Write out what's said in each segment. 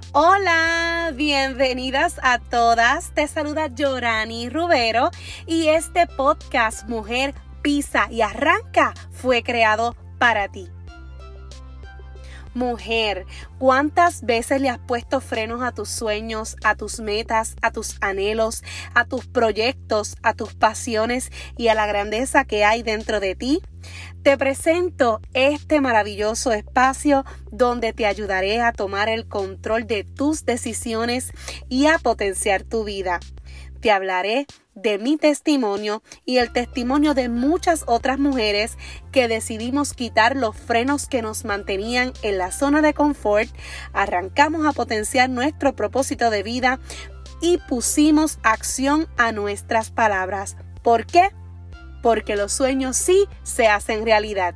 Hola, bienvenidas a todas. Te saluda Yorani Rubero y este podcast Mujer Pisa y Arranca fue creado para ti. Mujer, ¿cuántas veces le has puesto frenos a tus sueños, a tus metas, a tus anhelos, a tus proyectos, a tus pasiones y a la grandeza que hay dentro de ti? Te presento este maravilloso espacio donde te ayudaré a tomar el control de tus decisiones y a potenciar tu vida. Te hablaré de mi testimonio y el testimonio de muchas otras mujeres que decidimos quitar los frenos que nos mantenían en la zona de confort, arrancamos a potenciar nuestro propósito de vida y pusimos acción a nuestras palabras. ¿Por qué? Porque los sueños sí se hacen realidad.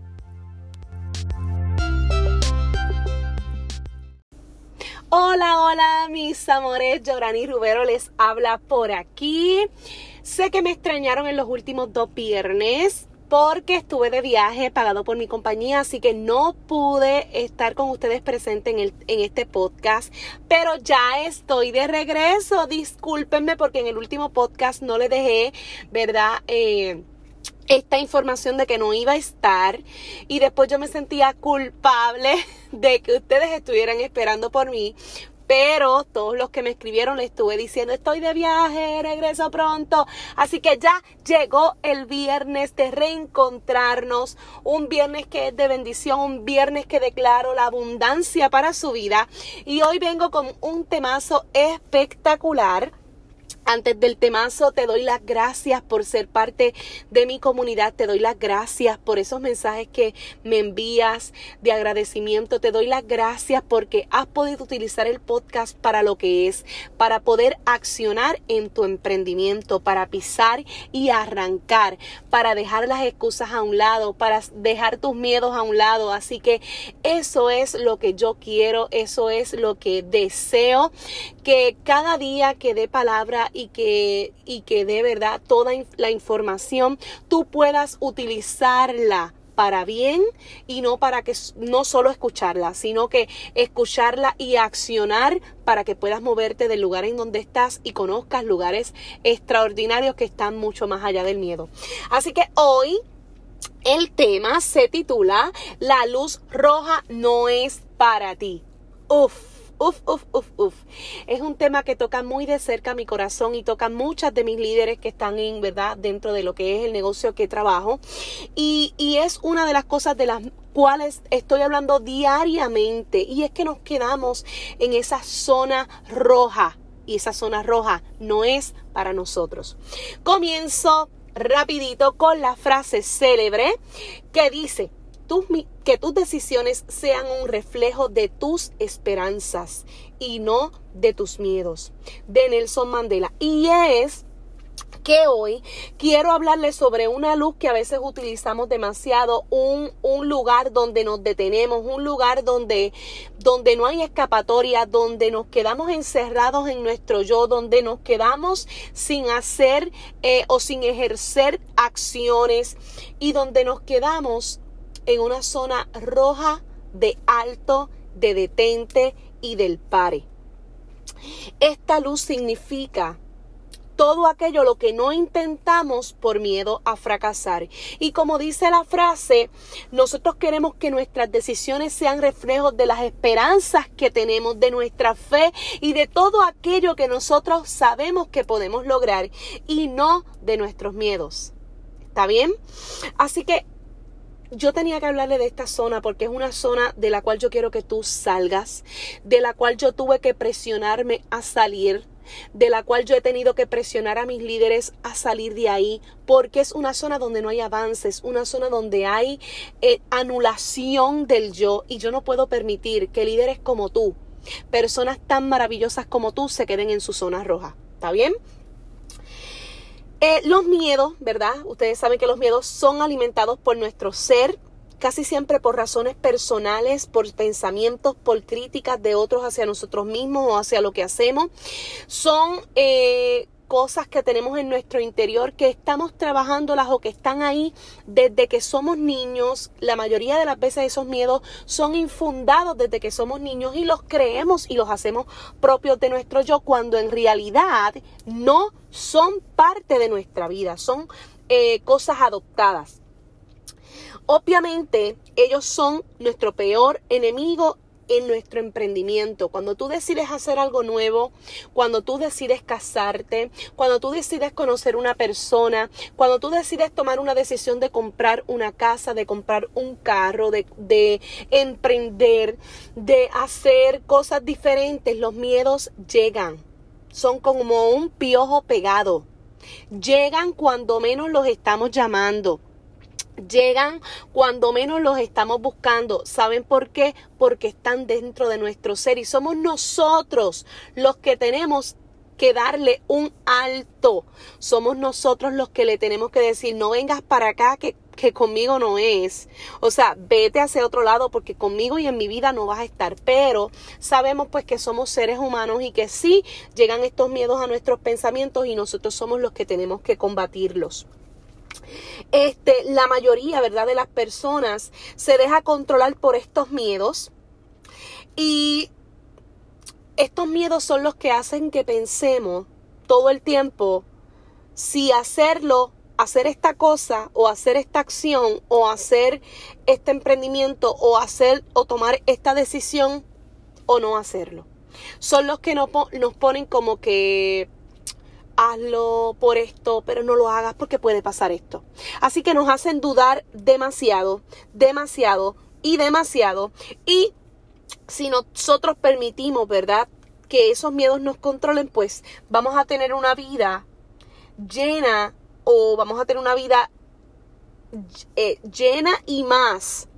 Hola, mis amores, Yorani Rubero les habla por aquí. Sé que me extrañaron en los últimos 2 viernes porque estuve de viaje pagado por mi compañía, así que no pude estar con ustedes presente en este podcast, pero ya estoy de regreso. Discúlpenme porque en el último podcast no les dejé, ¿verdad?, esta información de que no iba a estar, y después yo me sentía culpable de que ustedes estuvieran esperando por mí, pero todos los que me escribieron les estuve diciendo estoy de viaje, regreso pronto, así que ya llegó el viernes de reencontrarnos, un viernes que es de bendición, un viernes que declaro la abundancia para su vida, y hoy vengo con un temazo espectacular. Antes del temazo, te doy las gracias por ser parte de mi comunidad. Te doy las gracias por esos mensajes que me envías de agradecimiento. Te doy las gracias porque has podido utilizar el podcast para lo que es, para poder accionar en tu emprendimiento, para pisar y arrancar, para dejar las excusas a un lado, para dejar tus miedos a un lado. Así que eso es lo que yo quiero, eso es lo que deseo, que cada día que dé palabra y que de verdad toda la información tú puedas utilizarla para bien y no para que no solo escucharla, sino que escucharla y accionar para que puedas moverte del lugar en donde estás y conozcas lugares extraordinarios que están mucho más allá del miedo. Así que hoy el tema se titula La luz roja no es para ti. Es un tema que toca muy de cerca mi corazón y toca muchas de mis líderes que están dentro de lo que es el negocio que trabajo. Y es una de las cosas de las cuales estoy hablando diariamente. Y es que nos quedamos en esa zona roja. Y esa zona roja no es para nosotros. Comienzo rapidito con la frase célebre que dice: que tus decisiones sean un reflejo de tus esperanzas y no de tus miedos, de Nelson Mandela. Y es que hoy quiero hablarles sobre una luz que a veces utilizamos demasiado, un lugar donde nos detenemos, un lugar donde no hay escapatoria, donde nos quedamos encerrados en nuestro yo, donde nos quedamos sin hacer o sin ejercer acciones y donde nos quedamos en una zona roja de alto, de detente y del pare. Esta luz significa todo aquello lo que no intentamos por miedo a fracasar. Y como dice la frase, nosotros queremos que nuestras decisiones sean reflejos de las esperanzas que tenemos, de nuestra fe y de todo aquello que nosotros sabemos que podemos lograr y no de nuestros miedos. ¿Está bien? Así que yo tenía que hablarle de esta zona porque es una zona de la cual yo quiero que tú salgas, de la cual yo tuve que presionarme a salir, de la cual yo he tenido que presionar a mis líderes a salir de ahí, porque es una zona donde no hay avances, una zona donde hay anulación del yo, y yo no puedo permitir que líderes como tú, personas tan maravillosas como tú, se queden en su zona roja. ¿Está bien? Los miedos, ¿verdad? Ustedes saben que los miedos son alimentados por nuestro ser, casi siempre por razones personales, por pensamientos, por críticas de otros hacia nosotros mismos o hacia lo que hacemos. Son cosas que tenemos en nuestro interior que estamos trabajándolas o que están ahí desde que somos niños. La mayoría de las veces esos miedos son infundados desde que somos niños y los creemos y los hacemos propios de nuestro yo, cuando en realidad no son parte de nuestra vida, son cosas adoptadas. Obviamente ellos son nuestro peor enemigo en nuestro emprendimiento. Cuando tú decides hacer algo nuevo, cuando tú decides casarte, cuando tú decides conocer una persona, cuando tú decides tomar una decisión de comprar una casa, de comprar un carro, de emprender, de hacer cosas diferentes, los miedos llegan. Son como un piojo pegado. Llegan cuando menos los estamos llamando. Llegan cuando menos los estamos buscando. ¿Saben por qué? Porque están dentro de nuestro ser y somos nosotros los que tenemos que darle un alto. Somos nosotros los que le tenemos que decir: no vengas para acá, que conmigo no es. O sea, vete hacia otro lado porque conmigo y en mi vida no vas a estar. Pero sabemos pues que somos seres humanos y que sí llegan estos miedos a nuestros pensamientos y nosotros somos los que tenemos que combatirlos. La mayoría, ¿verdad?, de las personas se deja controlar por estos miedos, y estos miedos son los que hacen que pensemos todo el tiempo si hacer esta cosa o hacer esta acción o hacer este emprendimiento o tomar esta decisión o no hacerlo. Son los que nos ponen como que hazlo por esto, pero no lo hagas porque puede pasar esto. Así que nos hacen dudar demasiado, demasiado y demasiado. Y si nosotros permitimos, ¿verdad?, que esos miedos nos controlen, pues vamos a tener una vida llena, o vamos a tener una vida llena y más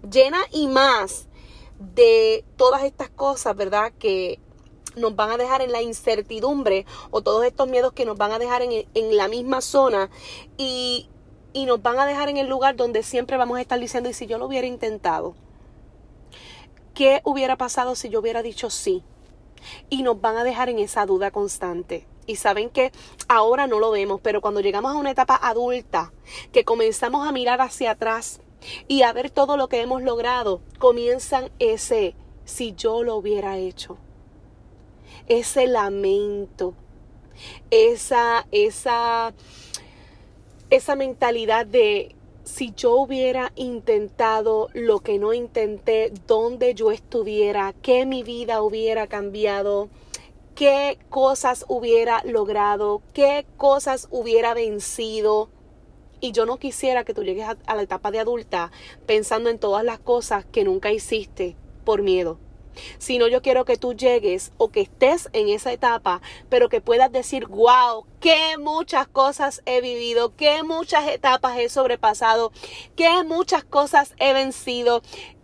de todas estas cosas, ¿verdad?, que nos van a dejar en la incertidumbre, o todos estos miedos que nos van a dejar en la misma zona y nos van a dejar en el lugar donde siempre vamos a estar diciendo: ¿y si yo lo hubiera intentado? ¿Qué hubiera pasado si yo hubiera dicho sí? Y nos van a dejar en esa duda constante. Y saben que ahora no lo vemos, pero cuando llegamos a una etapa adulta, que comenzamos a mirar hacia atrás y a ver todo lo que hemos logrado, comienzan ese si yo lo hubiera hecho. Ese lamento, esa mentalidad de si yo hubiera intentado lo que no intenté, dónde yo estuviera, qué mi vida hubiera cambiado, qué cosas hubiera logrado, qué cosas hubiera vencido. Y yo no quisiera que tú llegues a la etapa de adulta pensando en todas las cosas que nunca hiciste por miedo. Sino yo quiero que tú llegues, o que estés en esa etapa, pero que puedas decir: wow, qué muchas cosas he vivido, qué muchas etapas he sobrepasado, qué muchas cosas he vencido,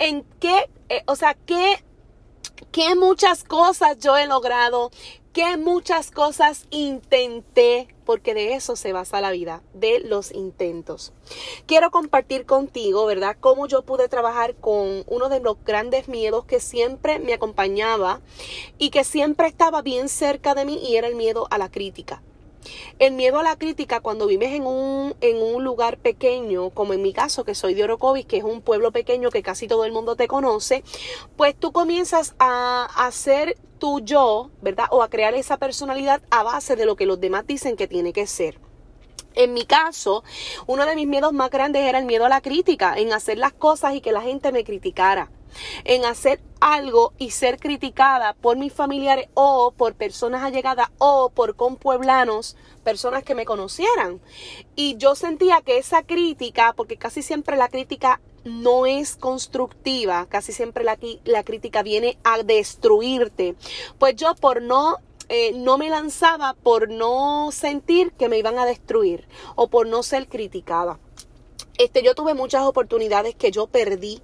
qué muchas cosas yo he logrado, qué muchas cosas intenté, porque de eso se basa la vida, de los intentos. Quiero compartir contigo, ¿verdad?, cómo yo pude trabajar con uno de los grandes miedos que siempre me acompañaba y que siempre estaba bien cerca de mí, y era el miedo a la crítica. El miedo a la crítica, cuando vives en un lugar pequeño, como en mi caso, que soy de Orocovis, que es un pueblo pequeño que casi todo el mundo te conoce, pues tú comienzas a hacer tu yo, ¿verdad?, o a crear esa personalidad a base de lo que los demás dicen que tiene que ser. En mi caso, uno de mis miedos más grandes era el miedo a la crítica, en hacer las cosas y que la gente me criticara, en hacer algo y ser criticada por mis familiares o por personas allegadas o por compueblanos, personas que me conocieran. Y yo sentía que esa crítica, porque casi siempre la crítica no es constructiva, casi siempre la crítica viene a destruirte, pues yo no me lanzaba por no sentir que me iban a destruir o por no ser criticada. Yo tuve muchas oportunidades que yo perdí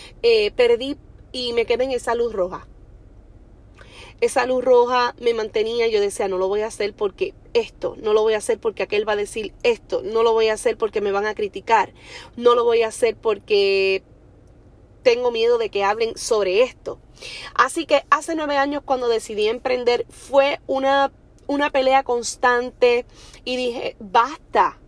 y me quedé en esa luz roja. Esa luz roja me mantenía. Yo decía: no lo voy a hacer porque esto, no lo voy a hacer porque aquel va a decir esto, no lo voy a hacer porque me van a criticar, no lo voy a hacer porque tengo miedo de que hablen sobre esto. Así que hace 9 años, cuando decidí emprender, fue una una pelea constante y dije, basta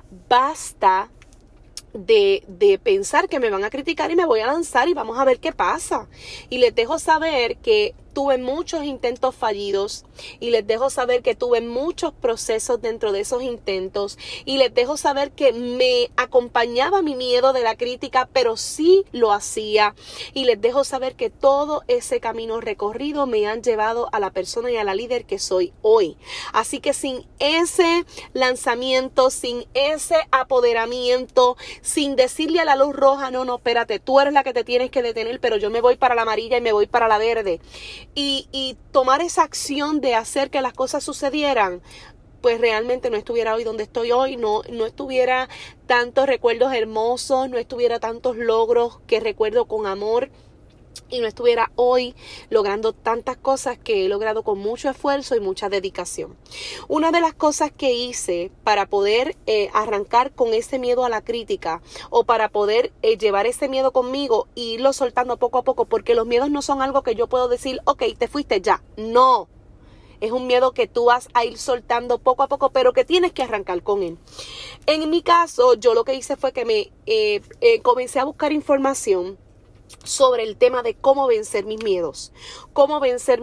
de pensar que me van a criticar y me voy a lanzar y vamos a ver qué pasa. Y les dejo saber que tuve muchos intentos fallidos y les dejo saber que tuve muchos procesos dentro de esos intentos y les dejo saber que me acompañaba mi miedo de la crítica, pero sí lo hacía, y les dejo saber que todo ese camino recorrido me han llevado a la persona y a la líder que soy hoy. Así que sin ese lanzamiento, sin ese apoderamiento, sin decirle a la luz roja, no, espérate, tú eres la que te tienes que detener, pero yo me voy para la amarilla y me voy para la verde, y tomar esa acción de hacer que las cosas sucedieran, pues realmente no estuviera hoy donde estoy hoy, no estuviera tantos recuerdos hermosos, no estuviera tantos logros que recuerdo con amor, y no estuviera hoy logrando tantas cosas que he logrado con mucho esfuerzo y mucha dedicación. Una de las cosas que hice para poder arrancar con ese miedo a la crítica, o para poder llevar ese miedo conmigo e irlo soltando poco a poco, porque los miedos no son algo que yo puedo decir, ok, te fuiste ya. No. Es un miedo que tú vas a ir soltando poco a poco, pero que tienes que arrancar con él. En mi caso, yo lo que hice fue que me comencé a buscar información sobre el tema de cómo vencer mis miedos, cómo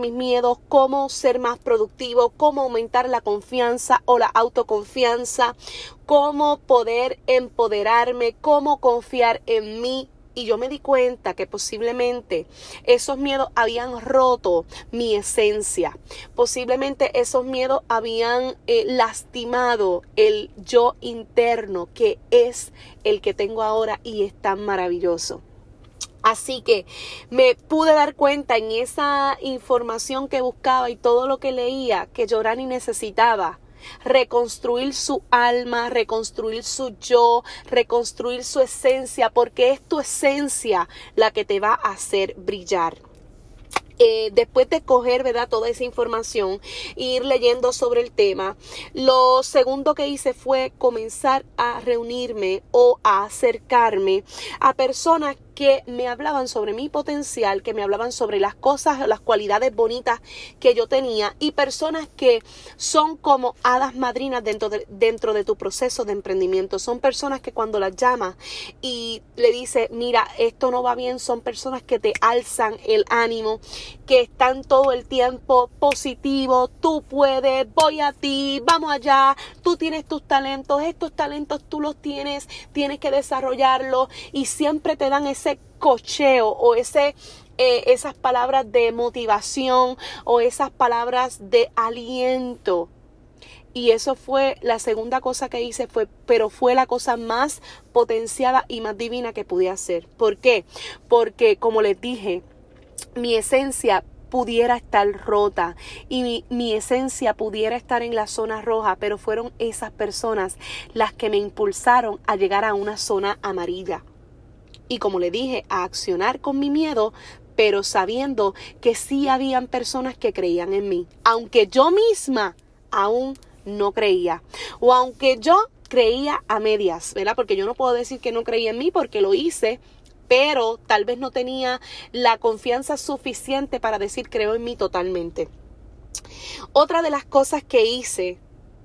ser más productivo, cómo aumentar la confianza o la autoconfianza, cómo poder empoderarme, cómo confiar en mí. Y yo me di cuenta que posiblemente esos miedos habían roto mi esencia. Posiblemente esos miedos habían lastimado el yo interno, que es el que tengo ahora y es tan maravilloso. Así que me pude dar cuenta en esa información que buscaba y todo lo que leía, que Yorani necesitaba reconstruir su alma, reconstruir su yo, reconstruir su esencia, porque es tu esencia la que te va a hacer brillar. Después de coger, ¿verdad?, toda esa información e ir leyendo sobre el tema, lo segundo que hice fue comenzar a reunirme o a acercarme a personas que me hablaban sobre mi potencial, que me hablaban sobre las cosas, las cualidades bonitas que yo tenía, y personas que son como hadas madrinas dentro de tu proceso de emprendimiento. Son personas que cuando las llamas y le dices, mira, esto no va bien, son personas que te alzan el ánimo, que están todo el tiempo positivo, tú puedes, voy a ti, vamos allá, tú tienes tus talentos, estos talentos tú los tienes que desarrollarlos, y siempre te dan ese cocheo o esas palabras de motivación o esas palabras de aliento. Y eso fue la segunda cosa que hice, pero fue la cosa más potenciada y más divina que pude hacer. ¿Por qué? Porque, como les dije, mi esencia pudiera estar rota y mi esencia pudiera estar en la zona roja, pero fueron esas personas las que me impulsaron a llegar a una zona amarilla. Y como le dije, a accionar con mi miedo, pero sabiendo que sí habían personas que creían en mí, aunque yo misma aún no creía, o aunque yo creía a medias, ¿verdad? Porque yo no puedo decir que no creía en mí, porque lo hice, pero tal vez no tenía la confianza suficiente para decir creo en mí totalmente. Otra de las cosas que hice,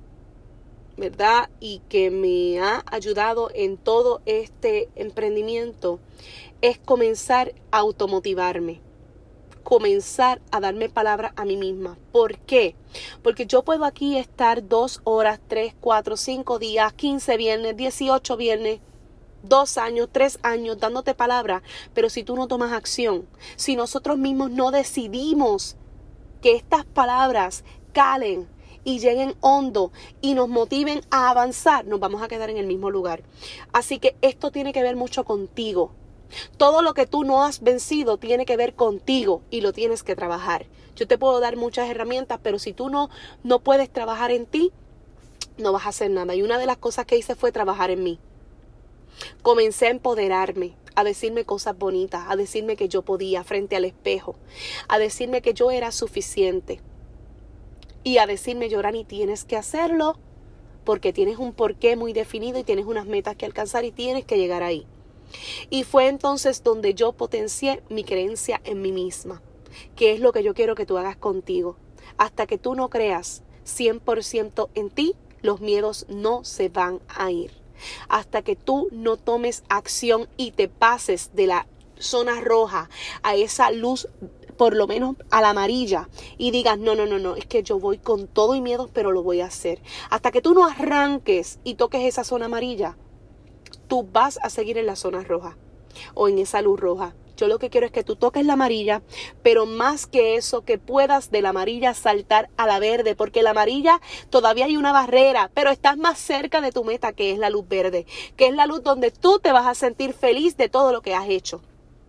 ¿verdad?, y que me ha ayudado en todo este emprendimiento, es comenzar a automotivarme, comenzar a darme palabras a mí misma. ¿Por qué? Porque yo puedo aquí estar 2 horas, 3, 4, 5 días, 15 viernes, 18 viernes, 2 años, 3 años dándote palabras, pero si tú no tomas acción, si nosotros mismos no decidimos que estas palabras calen y lleguen hondo y nos motiven a avanzar, nos vamos a quedar en el mismo lugar. Así que esto tiene que ver mucho contigo. Todo lo que tú no has vencido tiene que ver contigo y lo tienes que trabajar. Yo te puedo dar muchas herramientas, pero si tú no puedes trabajar en ti, no vas a hacer nada. Y una de las cosas que hice fue trabajar en mí. Comencé a empoderarme, a decirme cosas bonitas, a decirme que yo podía frente al espejo, a decirme que yo era suficiente. Y a decirme, Yorani, tienes que hacerlo porque tienes un porqué muy definido y tienes unas metas que alcanzar y tienes que llegar ahí. Y fue entonces donde yo potencié mi creencia en mí misma, que es lo que yo quiero que tú hagas contigo. Hasta que tú no creas 100% en ti, los miedos no se van a ir. Hasta que tú no tomes acción y te pases de la zona roja a esa luz, por lo menos a la amarilla, y digas, no, es que yo voy con todo y miedo, pero lo voy a hacer. Hasta que tú no arranques y toques esa zona amarilla, tú vas a seguir en la zona roja o en esa luz roja. Yo lo que quiero es que tú toques la amarilla, pero más que eso, que puedas de la amarilla saltar a la verde, porque la amarilla todavía hay una barrera, pero estás más cerca de tu meta, que es la luz verde, que es la luz donde tú te vas a sentir feliz de todo lo que has hecho.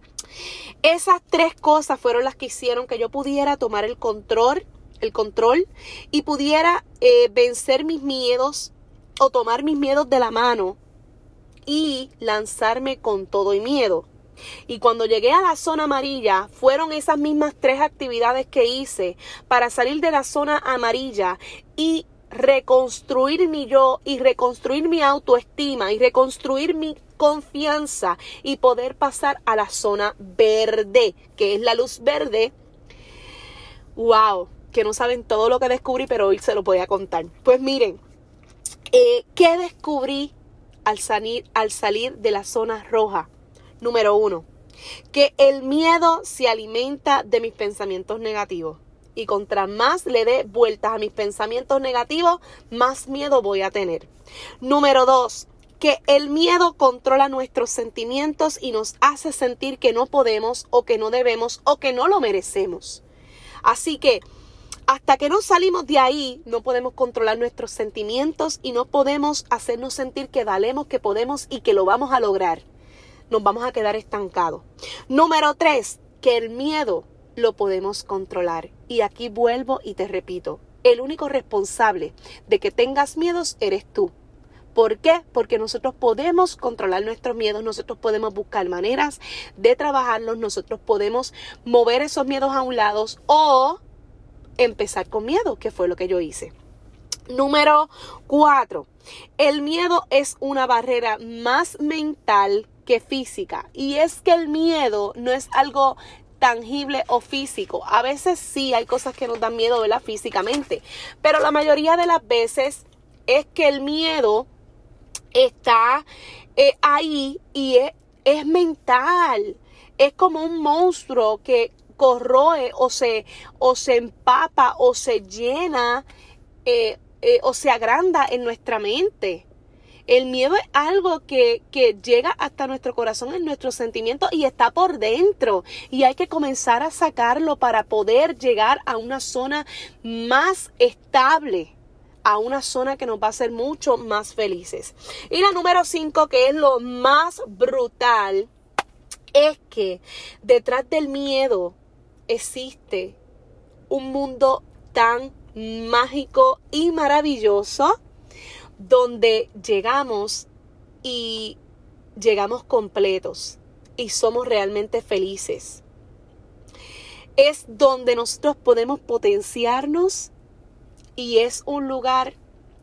Esas 3 cosas fueron las que hicieron que yo pudiera tomar el control y pudiera vencer mis miedos o tomar mis miedos de la mano y lanzarme con todo y miedo. Y cuando llegué a la zona amarilla, fueron esas mismas 3 actividades que hice para salir de la zona amarilla y reconstruir mi yo y reconstruir mi autoestima y reconstruir mi confianza y poder pasar a la zona verde, que es la luz verde. ¡Wow! Que no saben todo lo que descubrí, pero hoy se lo voy a contar. Pues miren, ¿qué descubrí al salir de la zona roja? Número 1, que el miedo se alimenta de mis pensamientos negativos. Y contra más le dé vueltas a mis pensamientos negativos, más miedo voy a tener. Número 2, que el miedo controla nuestros sentimientos y nos hace sentir que no podemos o que no debemos o que no lo merecemos. Así que hasta que no salimos de ahí, no podemos controlar nuestros sentimientos y no podemos hacernos sentir que valemos, que podemos y que lo vamos a lograr. Nos vamos a quedar estancados. Número 3, que el miedo lo podemos controlar. Y aquí vuelvo y te repito, el único responsable de que tengas miedos eres tú. ¿Por qué? Porque nosotros podemos controlar nuestros miedos, nosotros podemos buscar maneras de trabajarlos, nosotros podemos mover esos miedos a un lado o empezar con miedo, que fue lo que yo hice. Número 4, el miedo es una barrera más mental que física. Y es que el miedo no es algo tangible o físico. A veces sí hay cosas que nos dan miedo, ¿verdad? Físicamente. Pero la mayoría de las veces es que el miedo está ahí y es mental. Es como un monstruo que corroe o se empapa o se llena o se agranda en nuestra mente. El miedo es algo que llega hasta nuestro corazón, en nuestros sentimientos y está por dentro. Y hay que comenzar a sacarlo para poder llegar a una zona más estable, a una zona que nos va a hacer mucho más felices. Y la número 5, que es lo más brutal, es que detrás del miedo existe un mundo tan mágico y maravilloso, donde llegamos y llegamos completos y somos realmente felices. Es donde nosotros podemos potenciarnos y es un lugar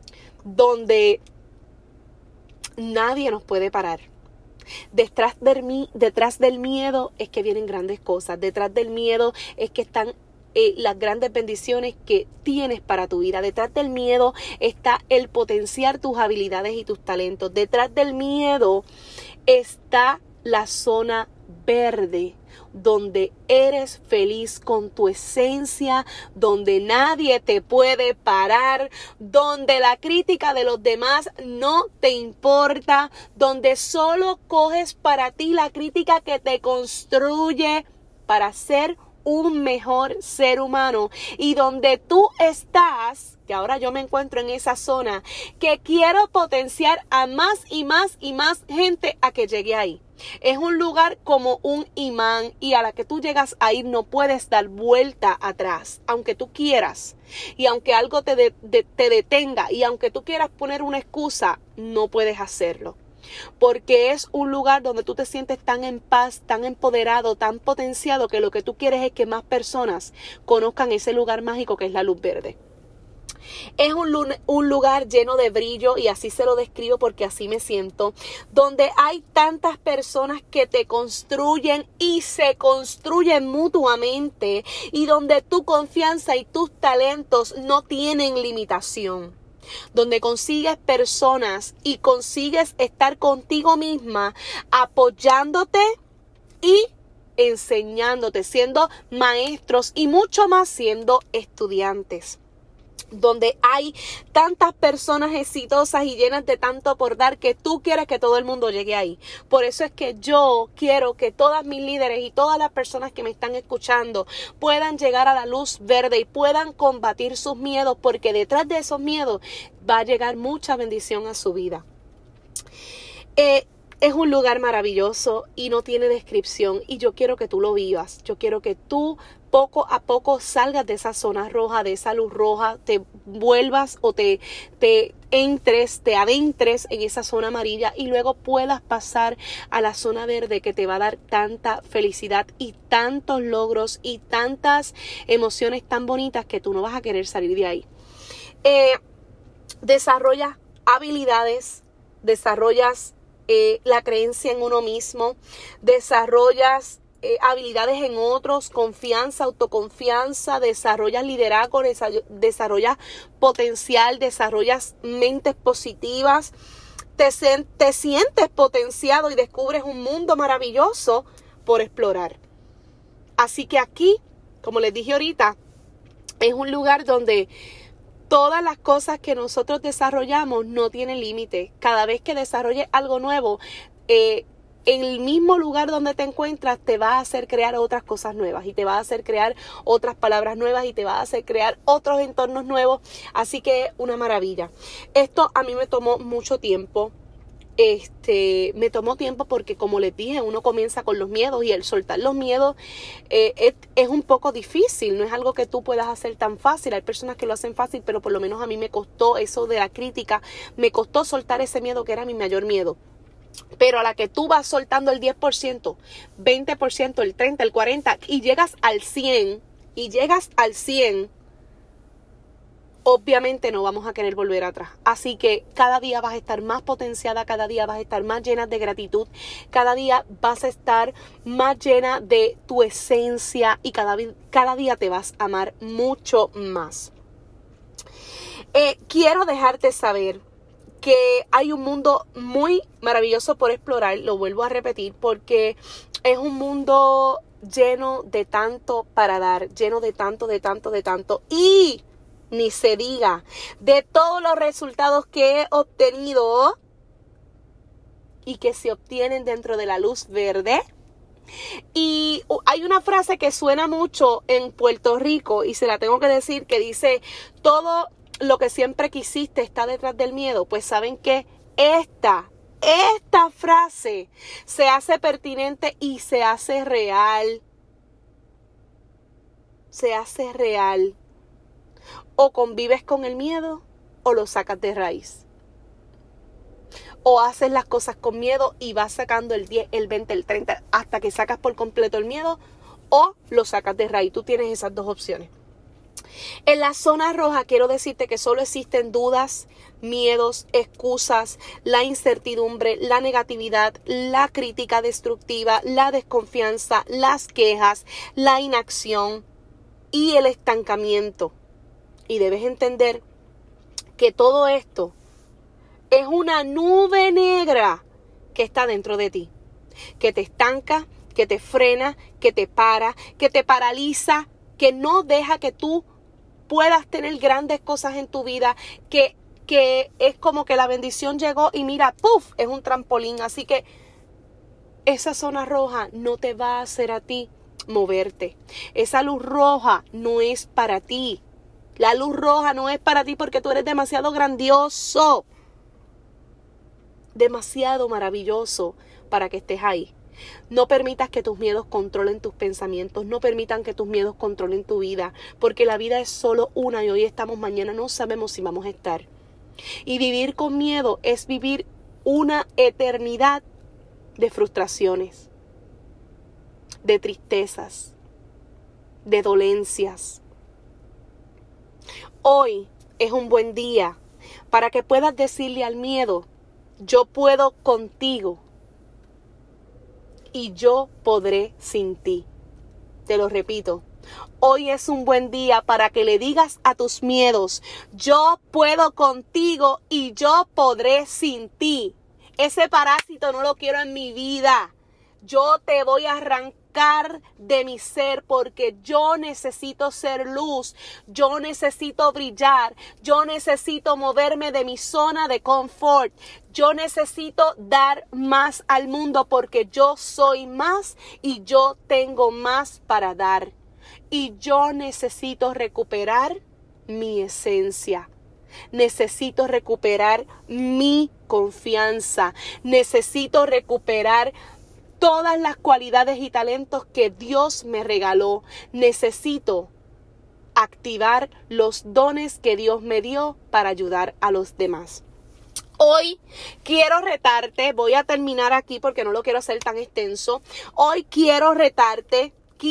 donde nadie nos puede parar. Detrás del miedo es que vienen grandes cosas. Detrás del miedo es que están las grandes bendiciones que tienes para tu vida. Detrás del miedo está el potenciar tus habilidades y tus talentos. Detrás del miedo está la zona verde, donde eres feliz con tu esencia, donde nadie te puede parar, donde la crítica de los demás no te importa, donde solo coges para ti la crítica que te construye para ser un mejor ser humano, y donde tú estás, que ahora yo me encuentro en esa zona, que quiero potenciar a más y más y más gente a que llegue ahí. Es un lugar como un imán y a la que tú llegas a ir no puedes dar vuelta atrás, aunque tú quieras. Y aunque algo te detenga y aunque tú quieras poner una excusa, no puedes hacerlo. Porque es un lugar donde tú te sientes tan en paz, tan empoderado, tan potenciado, que lo que tú quieres es que más personas conozcan ese lugar mágico que es la luz verde. Es un lugar lleno de brillo, y así se lo describo porque así me siento, donde hay tantas personas que te construyen y se construyen mutuamente, y donde tu confianza y tus talentos no tienen limitación. Donde consigues personas y consigues estar contigo misma, apoyándote y enseñándote, siendo maestros y mucho más siendo estudiantes. Donde hay tantas personas exitosas y llenas de tanto por dar que tú quieres que todo el mundo llegue ahí. Por eso es que yo quiero que todas mis líderes y todas las personas que me están escuchando puedan llegar a la luz verde y puedan combatir sus miedos, porque detrás de esos miedos va a llegar mucha bendición a su vida. Es un lugar maravilloso y no tiene descripción, y yo quiero que tú lo vivas. Yo quiero que tú poco a poco salgas de esa zona roja, de esa luz roja, te vuelvas o te adentres en esa zona amarilla, y luego puedas pasar a la zona verde, que te va a dar tanta felicidad y tantos logros y tantas emociones tan bonitas que tú no vas a querer salir de ahí. Desarrollas habilidades, desarrollas la creencia en uno mismo, desarrollas habilidades en otros, confianza, autoconfianza, desarrollas liderazgo, desarrollas potencial, desarrollas mentes positivas, te sientes potenciado y descubres un mundo maravilloso por explorar. Así que aquí, como les dije ahorita, es un lugar donde todas las cosas que nosotros desarrollamos no tienen límite. Cada vez que desarrolles algo nuevo, en el mismo lugar donde te encuentras, te va a hacer crear otras cosas nuevas, y te va a hacer crear otras palabras nuevas, y te va a hacer crear otros entornos nuevos. Así que una maravilla. Esto a mí me tomó mucho tiempo. Me tomó tiempo porque, como les dije, uno comienza con los miedos, y el soltar los miedos es un poco difícil. No es algo que tú puedas hacer tan fácil. Hay personas que lo hacen fácil, pero por lo menos a mí me costó eso de la crítica. Me costó soltar ese miedo que era mi mayor miedo. Pero a la que tú vas soltando el 10%, 20%, el 30%, el 40% y llegas al 100%, obviamente no vamos a querer volver atrás. Así que cada día vas a estar más potenciada, cada día vas a estar más llena de gratitud, cada día vas a estar más llena de tu esencia, y cada día te vas a amar mucho más. Quiero dejarte saber que hay un mundo muy maravilloso por explorar. Lo vuelvo a repetir porque es un mundo lleno de tanto para dar, lleno de tanto, y ni se diga de todos los resultados que he obtenido y que se obtienen dentro de la luz verde. Y hay una frase que suena mucho en Puerto Rico, y se la tengo que decir, que dice: todo lo que siempre quisiste está detrás del miedo. Pues saben que esta frase se hace pertinente y se hace real. Se hace real. O convives con el miedo o lo sacas de raíz. O haces las cosas con miedo y vas sacando el 10, el 20, el 30 hasta que sacas por completo el miedo, o lo sacas de raíz. Tú tienes esas dos opciones. En la zona roja quiero decirte que solo existen dudas, miedos, excusas, la incertidumbre, la negatividad, la crítica destructiva, la desconfianza, las quejas, la inacción y el estancamiento. Y debes entender que todo esto es una nube negra que está dentro de ti, que te estanca, que te frena, que te para, que te paraliza, que no deja que tú puedas tener grandes cosas en tu vida, que es como que la bendición llegó y mira, ¡puf!, es un trampolín. Así que esa zona roja no te va a hacer a ti moverte. Esa luz roja no es para ti. La luz roja no es para ti porque tú eres demasiado grandioso, demasiado maravilloso para que estés ahí. No permitas que tus miedos controlen tus pensamientos. No permitan que tus miedos controlen tu vida. Porque la vida es solo una y hoy estamos, mañana no sabemos si vamos a estar. Y vivir con miedo es vivir una eternidad de frustraciones, de tristezas, de dolencias. Hoy es un buen día para que puedas decirle al miedo, yo puedo contigo y yo podré sin ti. Te lo repito. Hoy es un buen día para que le digas a tus miedos, yo puedo contigo y yo podré sin ti. Ese parásito no lo quiero en mi vida. Yo te voy a arrancar de mi ser porque yo necesito ser luz. Yo necesito brillar. Yo necesito moverme de mi zona de confort. Yo necesito dar más al mundo porque yo soy más y yo tengo más para dar. Y yo necesito recuperar mi esencia. Necesito recuperar mi confianza. Necesito recuperar todas las cualidades y talentos que Dios me regaló. Necesito activar los dones que Dios me dio para ayudar a los demás. Hoy quiero retarte, voy a terminar aquí porque no lo quiero hacer tan extenso. Hoy quiero retarte,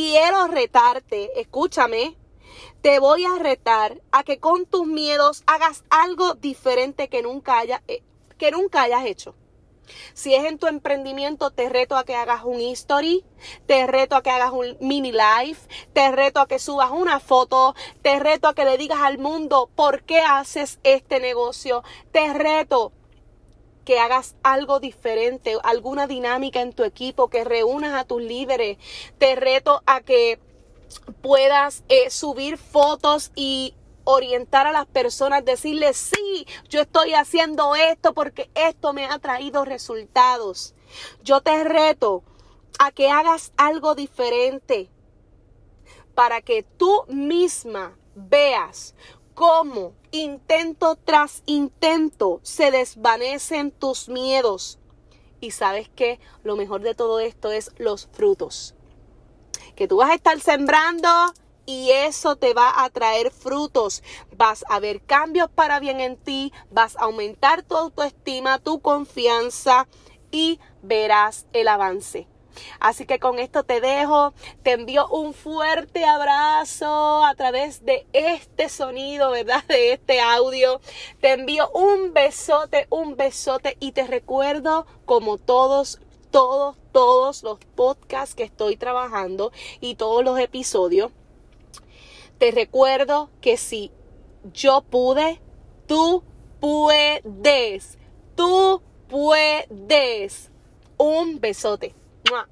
escúchame. Te voy a retar a que con tus miedos hagas algo diferente que nunca hayas hecho. Si es en tu emprendimiento, te reto a que hagas un history, te reto a que hagas un mini live, te reto a que subas una foto, te reto a que le digas al mundo por qué haces este negocio, te reto que hagas algo diferente, alguna dinámica en tu equipo, que reúnas a tus líderes, te reto a que puedas subir fotos y orientar a las personas, decirles, sí, yo estoy haciendo esto porque esto me ha traído resultados. Yo te reto a que hagas algo diferente para que tú misma veas cómo intento tras intento se desvanecen tus miedos. Y sabes que lo mejor de todo esto es los frutos. Que tú vas a estar sembrando y eso te va a traer frutos. Vas a ver cambios para bien en ti, vas a aumentar tu autoestima, tu confianza y verás el avance. Así que con esto te dejo, te envío un fuerte abrazo a través de este sonido, ¿verdad? De este audio. Te envío un besote y te recuerdo como todos los podcasts que estoy trabajando y todos los episodios. Te recuerdo que si yo pude, tú puedes. Tú puedes. Un besote. ¡Mua!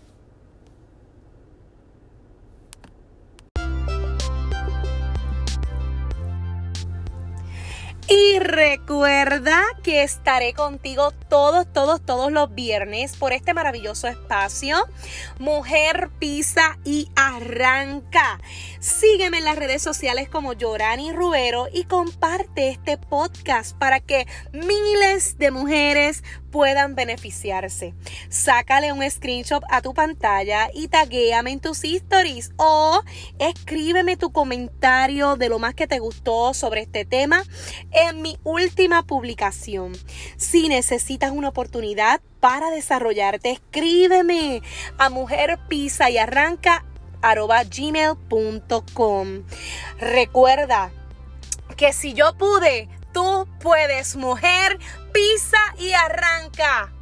Y recuerda que estaré contigo todos los viernes por este maravilloso espacio. Mujer Pisa y Arranca. Sígueme en las redes sociales como Yorani Rubero y comparte este podcast para que miles de mujeres puedan beneficiarse. Sácale un screenshot a tu pantalla y taguéame en tus stories o escríbeme tu comentario de lo más que te gustó sobre este tema en mi última publicación. Si necesitas una oportunidad para desarrollarte, escríbeme a mujerpisayarranca@gmail.com. Recuerda que si yo pude, tú puedes. Mujer, pisa y arranca.